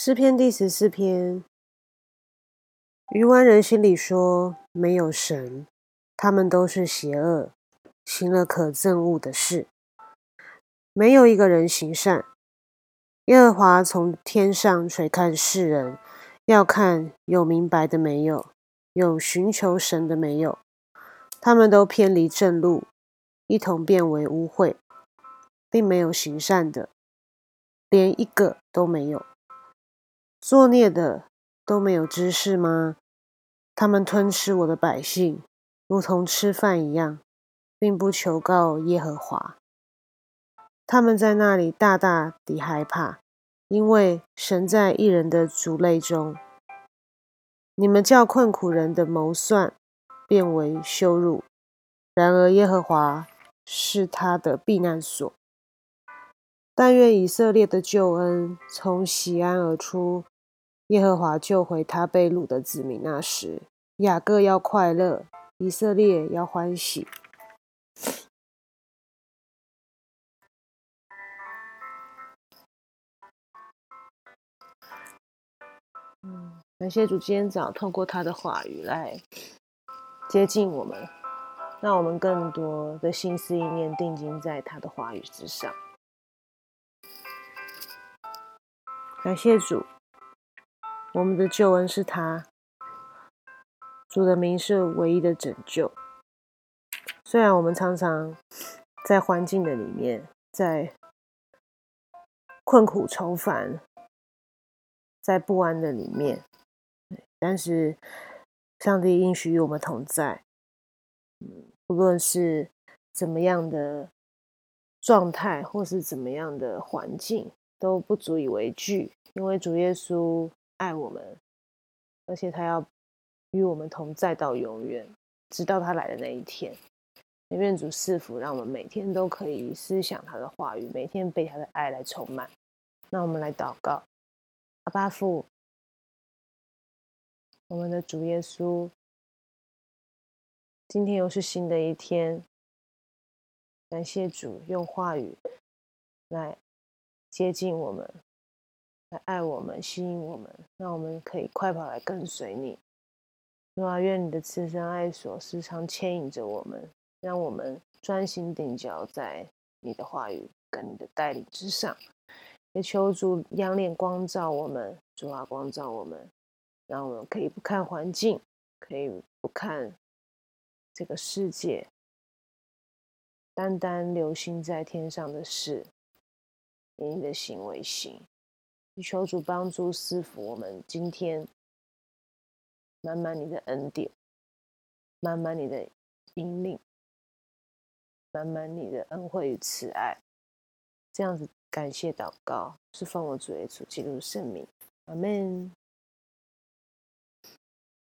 诗篇第14篇，愚顽人心里说，没有神，他们都是邪恶，行了可憎恶的事，没有一个人行善。耶和华从天上垂看世人，要看有明白的没有，有寻求神的没有。他们都偏离正路，一同变为污秽，并没有行善的，连一个都没有。作孽的都没有知识吗？他们吞吃我的百姓，如同吃饭一样，并不求告耶和华。他们在那里大大地害怕，因为神在一人的族类中。你们叫困苦人的谋算变为羞辱，然而耶和华是他的避难所。但愿以色列的救恩从锡安而出，耶和华救回他被掳的子民那时，雅各要快乐，以色列要欢喜。感谢主今天早透过他的话语来接近我们，让我们更多的心思意念定睛在他的话语之上。感谢主，我们的救恩是他，主的名是唯一的拯救。虽然我们常常在环境的里面，在困苦愁烦，在不安的里面，但是上帝应许与我们同在。不论是怎么样的状态，或是怎么样的环境，都不足以为惧，因为主耶稣爱我们，而且他要与我们同在到永远，直到他来的那一天。愿主赐福，让我们每天都可以思想他的话语，每天被他的爱来充满。那我们来祷告。阿爸父，我们的主耶稣，今天又是新的一天，感谢主用话语来接近我们，来爱我们，吸引我们，让我们可以快跑来跟随你。主啊，愿你的慈神爱所时常牵引着我们，让我们专心定焦在你的话语跟你的带领之上。也求主仰脸光照我们，主啊，光照我们，让我们可以不看环境，可以不看这个世界，单单留心在天上的事，以你的行为行。求主帮助赐福我们今天，满满你的恩典，满满你的引领，满满你的恩惠与慈爱。这样子感谢祷告，是奉我主耶稣基督的圣名，阿们。